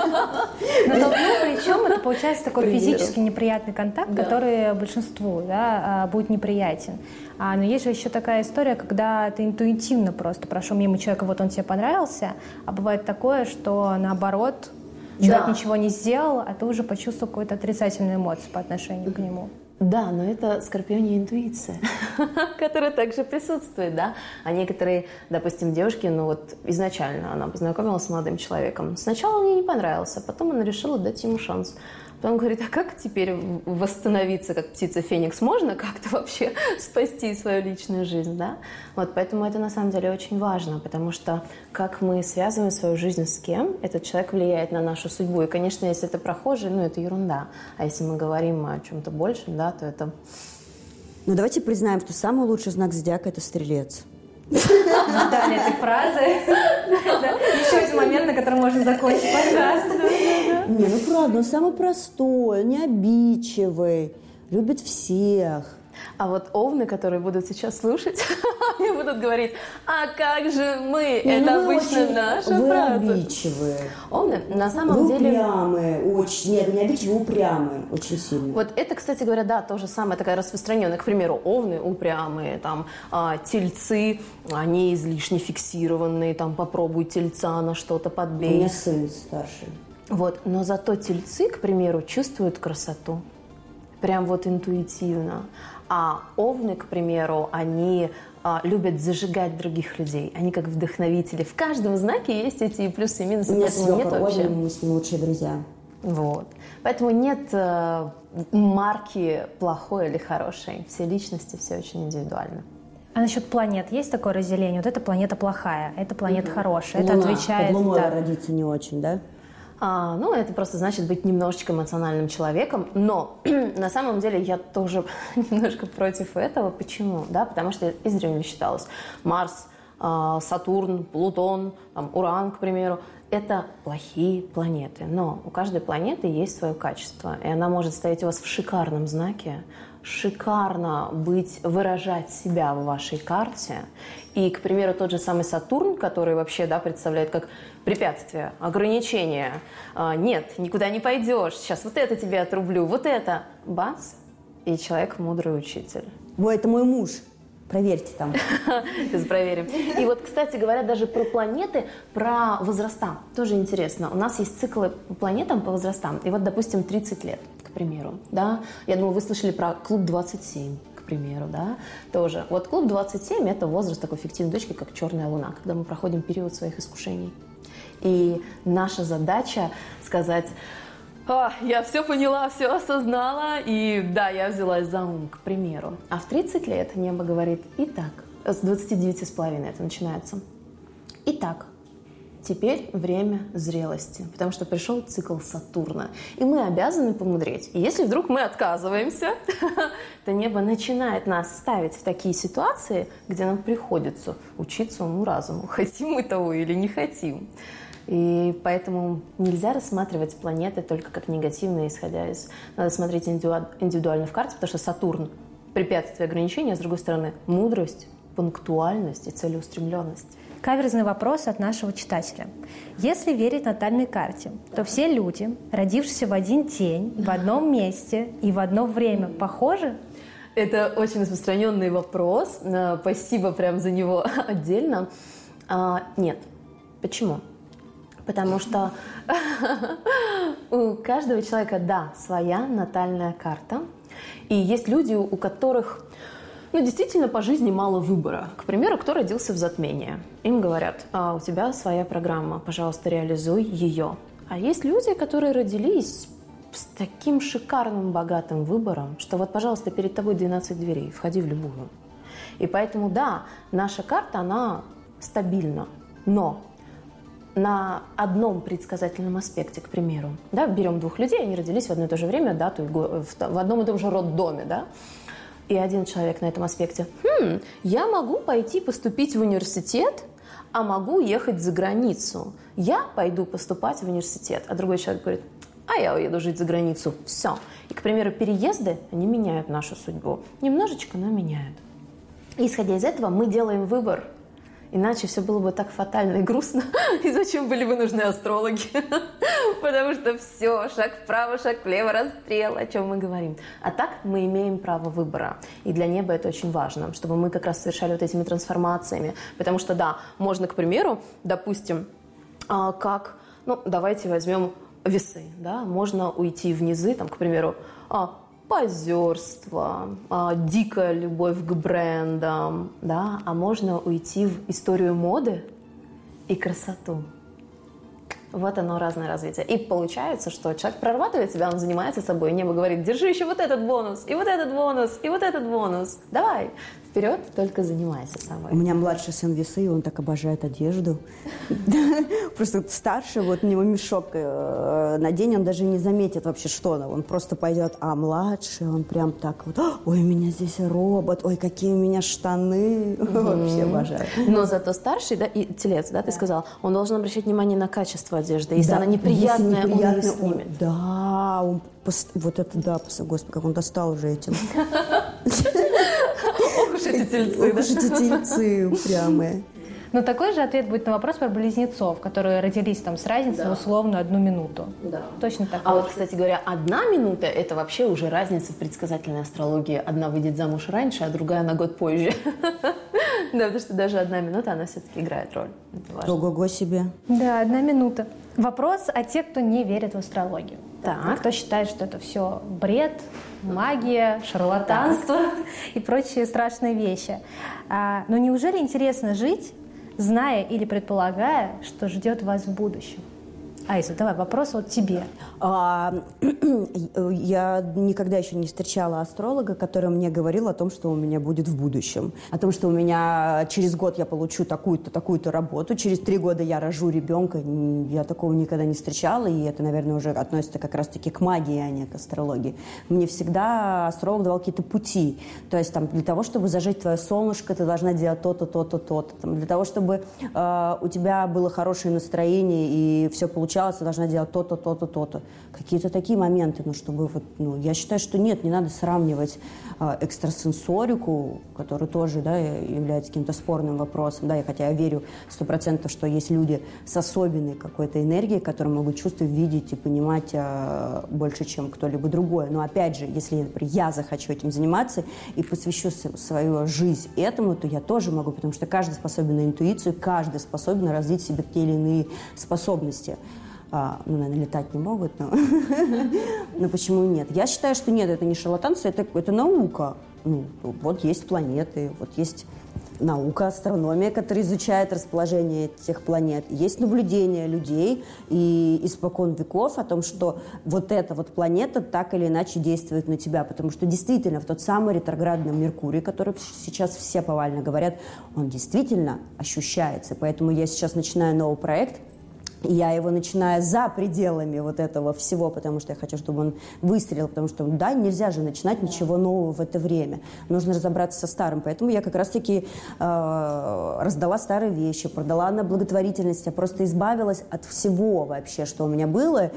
Но толкнул плечом, это получается такой физически неприятный контакт, который большинству, да, будет неприятен. А, но есть же еще такая история, когда ты интуитивно просто прошел мимо человека, вот он тебе понравился, а бывает такое, что наоборот, человек да. ничего не сделал, а ты уже почувствовал какую-то отрицательную эмоцию по отношению к нему. Да, но это скорпионья интуиция, которая также присутствует, да. А некоторые, допустим, девушки, ну вот изначально она познакомилась с молодым человеком. Сначала он ей не понравился, потом она решила дать ему шанс. Потом говорит, а как теперь восстановиться, как птица Феникс? Можно как-то вообще спасти свою личную жизнь, да? Вот, поэтому это на самом деле очень важно, потому что как мы связываем свою жизнь с кем, этот человек влияет на нашу судьбу. И, конечно, если это прохожий, ну, это ерунда. А если мы говорим о чем-то большем, да, то это... Ну, давайте признаем, что самый лучший знак зодиака – это Стрелец. Ждали этой фразы. Еще один момент, на котором можно закончить подкаст. Не, ну правда, он самый простой, не обидчивый, любит всех. А вот овны, которые будут сейчас слушать, они будут говорить, а как же мы? Не, это ну обычно очень, наша вы фраза. Вы обидчивые. Овны на самом вы деле... упрямые, очень. Нет, не обидчивые, упрямые, очень сильно. Вот это, кстати говоря, да, то же самое, такая распространенная. К примеру, овны упрямые, там, а, тельцы, они излишне фиксированные, там, попробуй тельца на что-то подбей. У меня сын старший. Вот, но зато тельцы, к примеру, чувствуют красоту. Прям вот интуитивно. А овны, к примеру, они а, любят зажигать других людей. Они как вдохновители. В каждом знаке есть эти плюсы и минусы. У меня поэтому нет свекор вообще... Овен, мы с ним лучшие друзья. Вот. Поэтому нет э, марки плохой или хорошей. Все личности, все очень индивидуально. А насчет планет есть такое разделение? Вот эта планета плохая, эта планета угу. хорошая. Луна. Это отвечает... Под Луной да. родиться не очень, да? А, ну, это просто значит быть немножечко эмоциональным человеком. Но на самом деле я тоже немножко против этого. Почему? Да, потому что издревле считалось. Марс, э, Сатурн, Плутон, там, Уран, к примеру, это плохие планеты. Но у каждой планеты есть свое качество. И она может стоять у вас в шикарном знаке, шикарно быть, выражать себя в вашей карте. И, к примеру, тот же самый Сатурн, который вообще, да, представляет как препятствие, ограничение. А, нет, никуда не пойдешь. Сейчас вот это тебе отрублю, вот это. Бац! И человек мудрый учитель. Ой, это мой муж. Проверьте там. Сейчас проверим. И вот, кстати говоря, даже про планеты, про возраста. Тоже интересно. У нас есть циклы по планетам по возрастам. И вот, допустим, тридцать лет, к примеру. Да? Я думаю, вы слышали про клуб двадцать семь, к примеру. Да? Тоже. Вот клуб двадцать семь – это возраст такой фиктивной дочки, как черная луна, когда мы проходим период своих искушений. И наша задача сказать... О, я все поняла, все осознала, и да, я взялась за ум, к примеру. А в тридцать лет небо говорит, итак, с двадцати девяти с половиной это начинается. Итак, теперь время зрелости, потому что пришел цикл Сатурна, и мы обязаны помудреть. И если вдруг мы отказываемся, то небо начинает нас ставить в такие ситуации, где нам приходится учиться уму-разуму, хотим мы того или не хотим. И поэтому нельзя рассматривать планеты только как негативные, исходя из... Надо смотреть индивидуально в карте, потому что Сатурн – препятствие, ограничения, а с другой стороны – мудрость, пунктуальность и целеустремленность. Каверзный вопрос от нашего читателя. Если верить натальной карте, то все люди, родившиеся в один день, в одном месте и в одно время, похожи? Это очень распространенный вопрос. Спасибо прям за него отдельно. А, нет. Почему? Потому что у каждого человека, да, своя натальная карта. И есть люди, у которых, ну, действительно по жизни мало выбора. К примеру, кто родился в затмении. Им говорят, а, у тебя своя программа, пожалуйста, реализуй ее. А есть люди, которые родились с таким шикарным, богатым выбором, что вот, пожалуйста, перед тобой двенадцать дверей, входи в любую. И поэтому, да, наша карта, она стабильна, но... на одном предсказательном аспекте, к примеру, да, берем двух людей, они родились в одно и то же время, дату, в одном и том же роддоме, да, и один человек на этом аспекте, хм, я могу пойти поступить в университет, а могу ехать за границу, я пойду поступать в университет, а другой человек говорит, а я уеду жить за границу. Все. И, к примеру, переезды, они меняют нашу судьбу. Немножечко, но меняют. И, исходя из этого, мы делаем выбор. Иначе все было бы так фатально и грустно. И зачем были бы нужны астрологи? Потому что все, шаг вправо, шаг влево, расстрел, о чем мы говорим. А так мы имеем право выбора. И для неба это очень важно, чтобы мы как раз совершали вот этими трансформациями. Потому что, да, можно, к примеру, допустим, как, ну, давайте возьмем весы, да, можно уйти в низы, там, к примеру, позерство, дикая любовь к брендам, да, а можно уйти в историю моды и красоту. Вот оно, разное развитие. И получается, что человек прорабатывает себя, он занимается собой, и небо говорит: держи еще вот этот бонус, и вот этот бонус, и вот этот бонус. Давай, вперед, только занимайся собой. У меня младший сын весы, и он так обожает одежду. Просто старший, вот у него мешок надень, он даже не заметит вообще, что она. Он просто пойдет, а младший, он прям так вот: ой, у меня здесь робот, ой, какие у меня штаны. Вообще обожает. Но зато старший, да, и телец, да, ты сказала, он должен обращать внимание на качество одежды. Если она неприятная, он ее снимет. Да, он, вот это да, господи, как он достал уже этим. Ох уж эти тельцы. Ох уж эти тельцы упрямые. Но такой же ответ будет на вопрос про близнецов, которые родились там с разницей да. условно одну минуту. Да. Точно так. А вот, кстати говоря, одна минута – это вообще уже разница в предсказательной астрологии. Одна выйдет замуж раньше, а другая на год позже. Да, потому что даже одна минута, она все-таки играет роль. Ого-го себе. Да, одна минута. Вопрос о тех, кто не верит в астрологию. Так. Кто считает, что это все бред, магия, шарлатанство и прочие страшные вещи. А, но неужели интересно жить, зная или предполагая, что ждет вас в будущем? Айза, давай, вопрос вот тебе. А, я никогда еще не встречала астролога, который мне говорил о том, что у меня будет в будущем. О том, что у меня через год я получу такую-то, такую-то работу, через три года я рожу ребенка. Я такого никогда не встречала, и это, наверное, уже относится как раз-таки к магии, а не к астрологии. Мне всегда астролог давал какие-то пути. То есть там, для того, чтобы зажечь твое солнышко, ты должна делать то-то, то-то, то-то. Там, для того, чтобы э, у тебя было хорошее настроение и все получалось, ты должна делать то-то, то-то, то-то. Какие-то такие моменты, ну, чтобы вот, ну, я считаю, что нет, не надо сравнивать э, экстрасенсорику, которая тоже, да, является каким-то спорным вопросом, да, и хотя я верю сто процентов, что есть люди с особенной какой-то энергией, которые могут чувствовать, видеть и понимать э, больше, чем кто-либо другой. Но опять же, если, например, я захочу этим заниматься и посвящу свою жизнь этому, то я тоже могу, потому что каждый способен на интуицию, каждый способен развить в себе те или иные способности. А, ну, наверное, летать не могут, но, но почему нет? Я считаю, что нет, это не шарлатанство, это, это наука. Ну, вот есть планеты, вот есть наука, астрономия, которая изучает расположение этих планет. Есть наблюдение людей и испокон веков о том, что вот эта вот планета так или иначе действует на тебя. Потому что действительно в тот самый ретроградный Меркурий, который сейчас все повально говорят, он действительно ощущается. Поэтому я сейчас начинаю новый проект, и я его начинаю за пределами вот этого всего, потому что я хочу, чтобы он выстрелил, потому что, да, нельзя же начинать ничего нового в это время. Нужно разобраться со старым. Поэтому я как раз-таки э, раздала старые вещи, продала на благотворительность, я просто избавилась от всего вообще, что у меня было,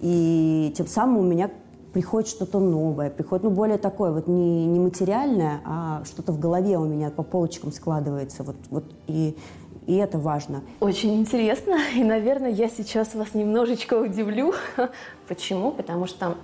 и тем самым у меня приходит что-то новое, приходит, ну, более такое, вот не, не материальное, а что-то в голове у меня по полочкам складывается, вот, вот и... И это важно. Очень интересно. И, наверное, я сейчас вас немножечко удивлю. Почему? Потому что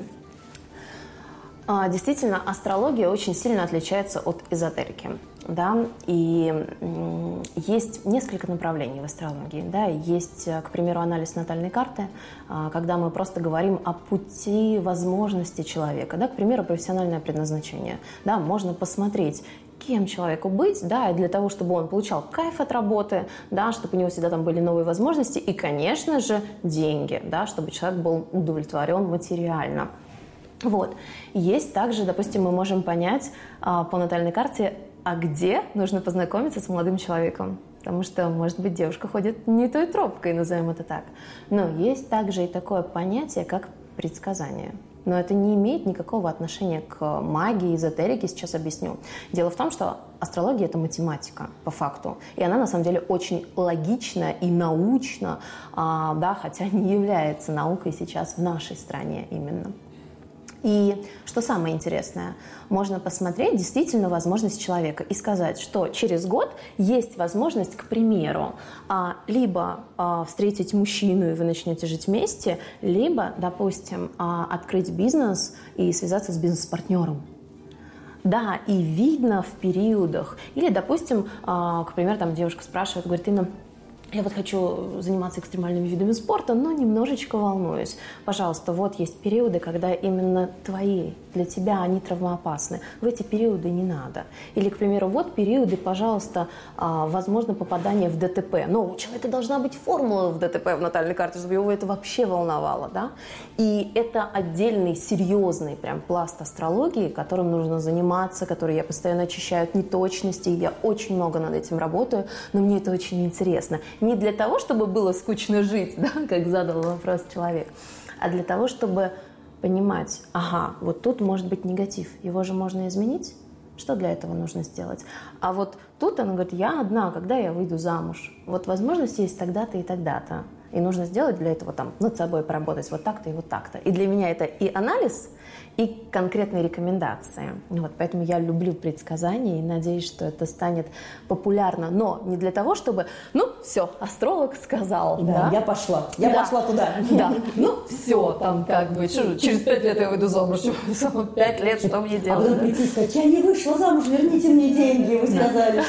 действительно астрология очень сильно отличается от эзотерики. Да? И есть несколько направлений в астрологии. Да? Есть, к примеру, анализ натальной карты, когда мы просто говорим о пути возможности человека. Да? К примеру, профессиональное предназначение. Да? Можно посмотреть, кем человеку быть, да, и для того, чтобы он получал кайф от работы, да, чтобы у него всегда там были новые возможности и, конечно же, деньги, да, чтобы человек был удовлетворен материально. Вот. Есть также, допустим, мы можем понять а, по натальной карте, а где нужно познакомиться с молодым человеком. Потому что, может быть, девушка ходит не той тропкой, назовем это так. Но есть также и такое понятие, как предсказание. Но это не имеет никакого отношения к магии, эзотерике, сейчас объясню. Дело в том, что астрология – это математика, по факту. И она, на самом деле, очень логична и научна, а, да, хотя не является наукой сейчас в нашей стране именно. И что самое интересное, можно посмотреть действительно возможность человека и сказать, что через год есть возможность, к примеру, либо встретить мужчину, и вы начнете жить вместе, либо, допустим, открыть бизнес и связаться с бизнес-партнером. Да, и видно в периодах. Или, допустим, к примеру, там девушка спрашивает, говорит, Инна, я вот хочу заниматься экстремальными видами спорта, но немножечко волнуюсь. Пожалуйста, вот есть периоды, когда именно твои, для тебя они травмоопасны. В эти периоды не надо. Или, к примеру, вот периоды, пожалуйста, возможно попадание в ДТП. Но у человека должна быть формула в ДТП в натальной карте, чтобы его это вообще волновало. Да? И это отдельный, серьезный прям пласт астрологии, которым нужно заниматься, который я постоянно очищаю от неточностей. Я очень много над этим работаю, но мне это очень интересно. Не для того, чтобы было скучно жить, да, как задал вопрос человек, а для того, чтобы понимать, ага, вот тут может быть негатив, его же можно изменить, что для этого нужно сделать? А вот тут она говорит, я одна, когда я выйду замуж, вот возможность есть тогда-то и тогда-то, и нужно сделать для этого там над собой поработать вот так-то и вот так-то. И для меня это и анализ, и конкретные рекомендации. Вот, поэтому я люблю предсказания и надеюсь, что это станет популярно. Но не для того, чтобы, ну, все, астролог сказал. Да, да? я пошла. Я да. пошла туда. Да, ну, все, там как бы, через пять лет я выйду замуж. Пять лет, что мне делать? А потом прийти и сказать, я не вышла замуж, верните мне деньги, вы сказали,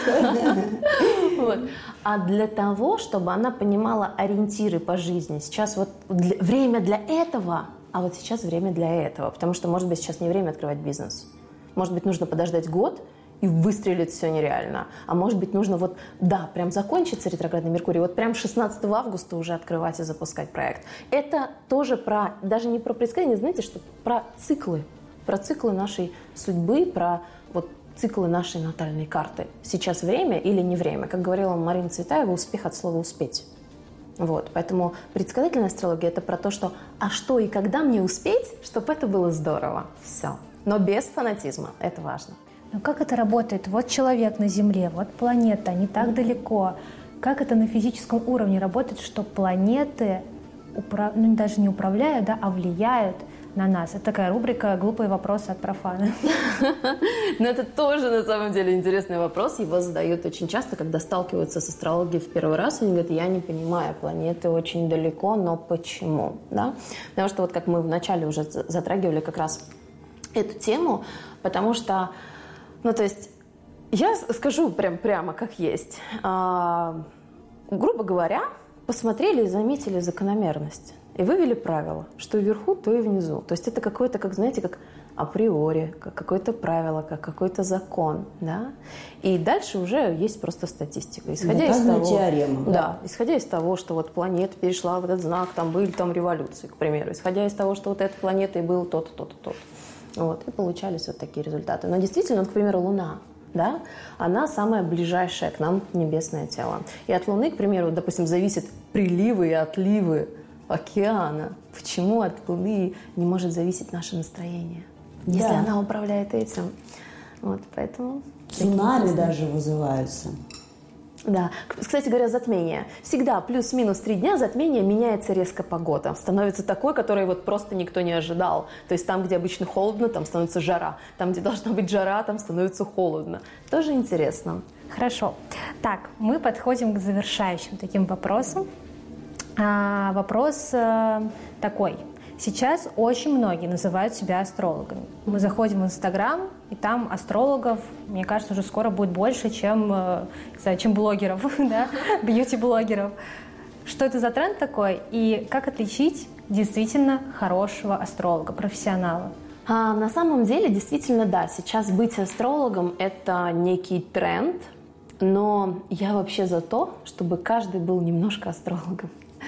что... А для того, чтобы она понимала ориентиры по жизни. Сейчас вот время для этого... А вот сейчас время для этого, потому что, может быть, сейчас не время открывать бизнес. Может быть, нужно подождать год и выстрелить все нереально. А может быть, нужно вот, да, прям закончится ретроградный Меркурий, вот прям шестнадцатого августа уже открывать и запускать проект. Это тоже про, даже не про предсказание, знаете, что про циклы. Про циклы нашей судьбы, про вот циклы нашей натальной карты. Сейчас время или не время. Как говорила Марина Цветаева, успех от слова «успеть». Вот, поэтому предсказательная астрология – это про то, что «а что и когда мне успеть, чтобы это было здорово?» Все. Но без фанатизма. Это важно. Но как это работает? Вот человек на Земле, вот планета, не так далеко. Как это на физическом уровне работает, что планеты управ... ну, даже не управляют, да, а влияют на нас? Это такая рубрика «Глупые вопросы от профана». Но это тоже, на самом деле, интересный вопрос. Его задают очень часто, когда сталкиваются с астрологией в первый раз. Они говорят, я не понимаю, планеты очень далеко, но почему? Да? Потому что, вот как мы вначале уже затрагивали как раз эту тему, потому что, ну, то есть, я скажу прям прямо, как есть. А, грубо говоря, посмотрели и заметили закономерность. И вывели правило, что вверху, то и внизу. То есть это какое-то, как, знаете, как априори, как какое-то правило, как какой-то закон, да? И дальше уже есть просто статистика. Исходя из того, теорема, да? Да, исходя из того, что вот планета перешла в этот знак, там были там революции, к примеру. Исходя из того, что вот эта планета и был тот-то, тот-то, тот-то. Вот, и получались вот такие результаты. Но действительно, вот, к примеру, Луна, да, она самая ближайшая к нам небесное тело. И от Луны, к примеру, допустим, зависят приливы и отливы океана. Почему от Луны не может зависеть наше настроение, да, если она управляет этим? Вот, поэтому... Цунами даже вызываются. Да. Кстати говоря, затмение. Всегда плюс-минус три дня затмение меняется резко погода. Становится такой, который вот просто никто не ожидал. То есть там, где обычно холодно, там становится жара. Там, где должна быть жара, там становится холодно. Тоже интересно. Хорошо. Так, мы подходим к завершающим таким вопросам. А, вопрос а, такой. Сейчас очень многие называют себя астрологами. Мы заходим в Инстаграм, и там астрологов, мне кажется, уже скоро будет больше, чем, чем блогеров, да? Бьюти-блогеров. Что это за тренд такой? И как отличить действительно хорошего астролога, профессионала? А, на самом деле, действительно, да, сейчас быть астрологом – это некий тренд, но я вообще за то, чтобы каждый был немножко астрологом.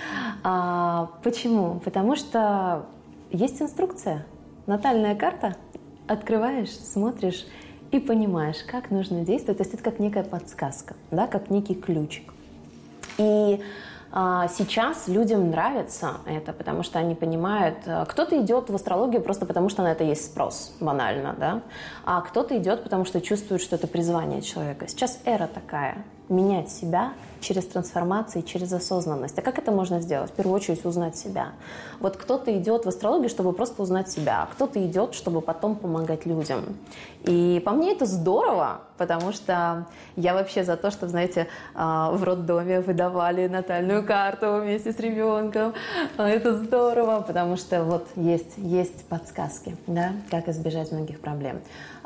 А, почему? Потому что есть инструкция, натальная карта, открываешь, смотришь и понимаешь, как нужно действовать. То есть это как некая подсказка, да, как некий ключик. И Сейчас людям нравится это, потому что они понимают, кто-то идет в астрологию просто потому, что на это есть спрос, банально, да, а кто-то идет, потому что чувствует, что это призвание человека. Сейчас эра такая. Менять себя через трансформации, через осознанность. А как это можно сделать? В первую очередь узнать себя. Вот кто-то идет в астрологию, чтобы просто узнать себя, а кто-то идет, чтобы потом помогать людям. И по мне это здорово, потому что я вообще за то, что, знаете, в роддоме выдавали натальную карту вместе с ребенком. Это здорово, потому что вот есть, есть подсказки, да, как избежать многих проблем.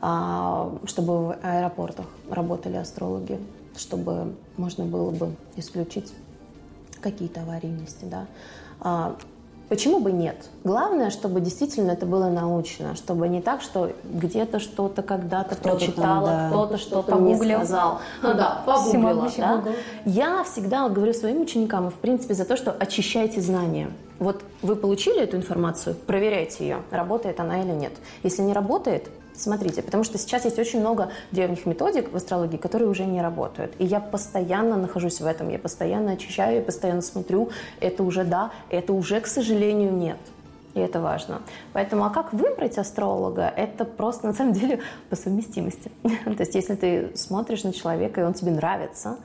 Чтобы в аэропортах работали астрологи, чтобы можно было бы исключить какие-то аварийности, да. А, почему бы нет? Главное, чтобы действительно это было научно, чтобы не так, что где-то что-то когда-то кто-то прочитала, там, да. кто-то что-то мне сказал. Ну да, погуглила, да. Я всегда говорю своим ученикам, и в принципе за то, что очищайте знания. Вот вы получили эту информацию, проверяйте ее, работает она или нет. Если не работает, смотрите, потому что сейчас есть очень много древних методик в астрологии, которые уже не работают. И я постоянно нахожусь в этом, я постоянно очищаю, я постоянно смотрю, это уже да, это уже, к сожалению, нет. И это важно. Поэтому, а как выбрать астролога? Это просто, на самом деле, по совместимости. То есть, если ты смотришь на человека, и он тебе нравится,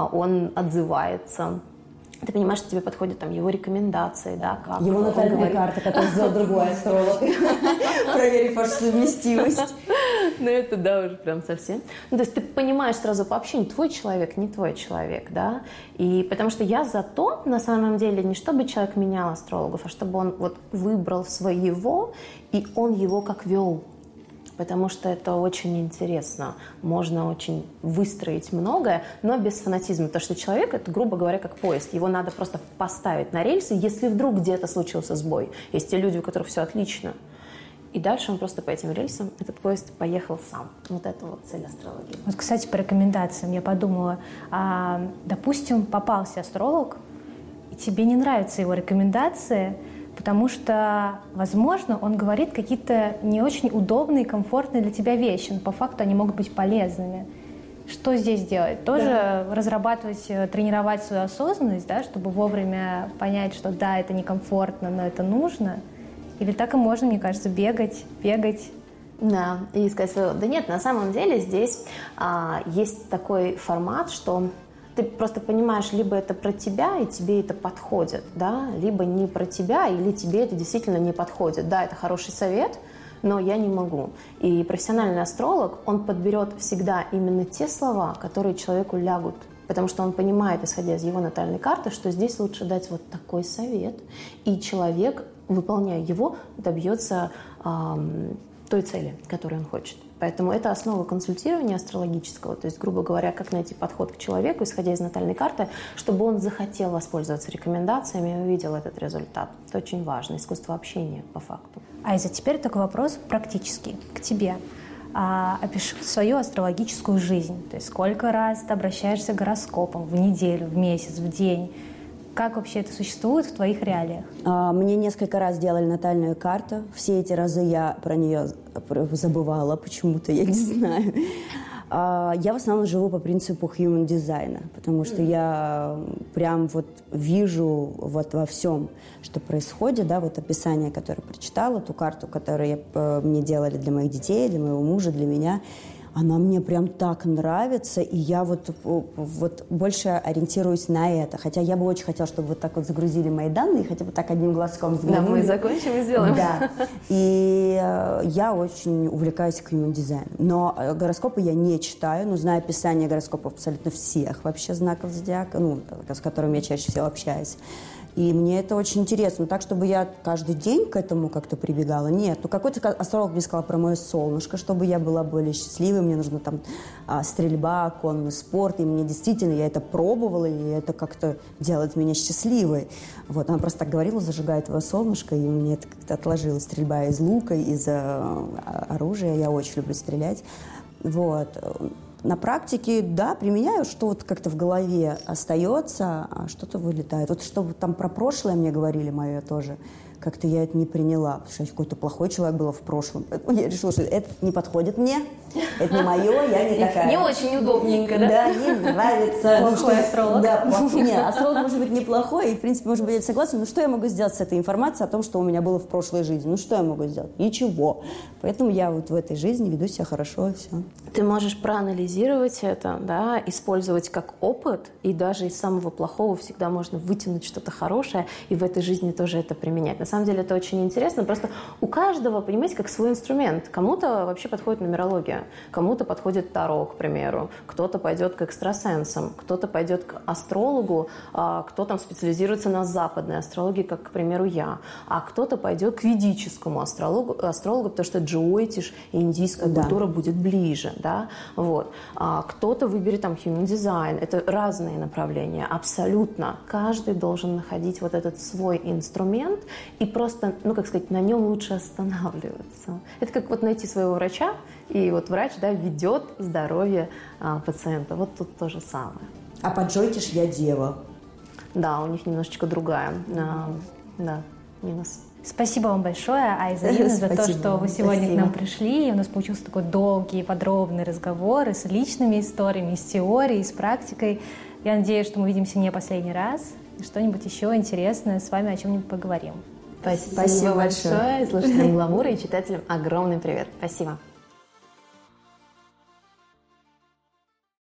он отзывается, ты понимаешь, что тебе подходят там его рекомендации, да, как его натальная карта, которую сделал другой астролог, проверив вашу совместимость. Ну, это, да, уже прям совсем. Ну, то есть ты понимаешь сразу по общению, твой человек, не твой человек, да. И потому что я за то, на самом деле, не чтобы человек менял астрологов, а чтобы он вот выбрал своего, и он его как вел. Потому что это очень интересно. Можно очень выстроить многое, но без фанатизма. Потому что человек, это, грубо говоря, как поезд. Его надо просто поставить на рельсы, если вдруг где-то случился сбой. Есть те люди, у которых все отлично. И дальше он просто по этим рельсам, этот поезд поехал сам. Вот это вот цель астрологии. Вот, кстати, по рекомендациям я подумала. А, допустим, попался астролог, и тебе не нравятся его рекомендации, потому что, возможно, он говорит какие-то не очень удобные, комфортные для тебя вещи, но по факту они могут быть полезными. Что здесь делать? Тоже да. разрабатывать, тренировать свою осознанность, да, чтобы вовремя понять, что да, это некомфортно, но это нужно? Или так и можно, мне кажется, бегать, бегать? Да, и искать своего. Да нет, на самом деле здесь а, есть такой формат, что ты просто понимаешь, либо это про тебя, и тебе это подходит, да, либо не про тебя, или тебе это действительно не подходит. Да, это хороший совет, но я не могу. И профессиональный астролог, он подберет всегда именно те слова, которые человеку лягут, потому что он понимает, исходя из его натальной карты, что здесь лучше дать вот такой совет, и человек, выполняя его, добьется эм, той цели, которую он хочет. Поэтому это основа консультирования астрологического, то есть, грубо говоря, как найти подход к человеку, исходя из натальной карты, чтобы он захотел воспользоваться рекомендациями и увидел этот результат. Это очень важно, искусство общения по факту. Айза, теперь такой вопрос практический к тебе. А, опиши свою астрологическую жизнь, то есть сколько раз ты обращаешься к гороскопам в неделю, в месяц, в день. Как вообще это существует в твоих реалиях? Мне несколько раз делали натальную карту. Все эти разы я про нее забывала почему-то, я не знаю. Я в основном живу по принципу human дизайна, потому что я прям вот вижу вот во всем, что происходит, да, вот описание, которое прочитала, ту карту, которую я, мне делали для моих детей, для моего мужа, для меня. Она мне прям так нравится, и я вот, вот больше ориентируюсь на это. Хотя я бы очень хотела, чтобы вот так вот загрузили мои данные, хотя бы так одним глазком взглянули. Да, мы закончим и сделаем. Да. И я очень увлекаюсь human дизайном. Но гороскопы я не читаю, но знаю описание гороскопов абсолютно всех вообще знаков зодиака, ну, с которыми я чаще всего общаюсь. И мне это очень интересно. Так, чтобы я каждый день к этому как-то прибегала, нет. Ну, какой-то астролог мне сказал про мое солнышко, чтобы я была более счастливой. Мне нужна там а, стрельба, конный спорт. И мне действительно, я это пробовала, и это как-то делает меня счастливой. Вот, она просто так говорила, зажигает твое солнышко, и мне это как-то отложилось. Стрельба из лука, из а, оружия. Я очень люблю стрелять. Вот. На практике, да, применяю, что вот как-то в голове остается, а что-то вылетает. Вот что там про прошлое мне говорили мое тоже, как-то я это не приняла, потому что я какой-то плохой человек была в прошлом. Поэтому я решила, что это не подходит мне, это не мое, я не такая. Не очень удобненько, да? Да, не нравится. Плохой астролог. Да, плохой. Нет, астролог может быть неплохой, и, в принципе, может быть, я согласна, но что я могу сделать с этой информацией о том, что у меня было в прошлой жизни? Ну, что я могу сделать? Ничего. Поэтому я вот в этой жизни веду себя хорошо, и все. Ты можешь проанализировать это, да, использовать как опыт, и даже из самого плохого всегда можно вытянуть что-то хорошее, и в этой жизни тоже это применять. На самом деле это очень интересно, просто у каждого, понимаете, как свой инструмент. Кому-то вообще подходит нумерология, кому-то подходит таро, к примеру, кто-то пойдет к экстрасенсам, кто-то пойдет к астрологу, а кто там специализируется на западной астрологии, как, к примеру, я, а кто-то пойдет к ведическому астрологу, астрологу, потому что джиотиш и индийская Да. культура будет ближе, да, вот. А кто-то выберет там human design, это разные направления, абсолютно. Каждый должен находить вот этот свой инструмент и просто, ну, как сказать, на нем лучше останавливаться. Это как вот найти своего врача, и вот врач, да, ведет здоровье а, пациента. Вот тут то же самое. А под Джойтиш я дева. Да, у них немножечко другая, а, да, минус. Спасибо вам большое, Айза Юна, за то, Спасибо что вам. вы сегодня Спасибо. к нам пришли. И у нас получился такой долгий, подробный разговор и с личными историями, и с теорией, и с практикой. Я надеюсь, что мы увидимся не последний раз, и что-нибудь еще интересное с вами о чем-нибудь поговорим. Спасибо, Спасибо большое. Слушателям Гламура и читателям огромный привет. Спасибо.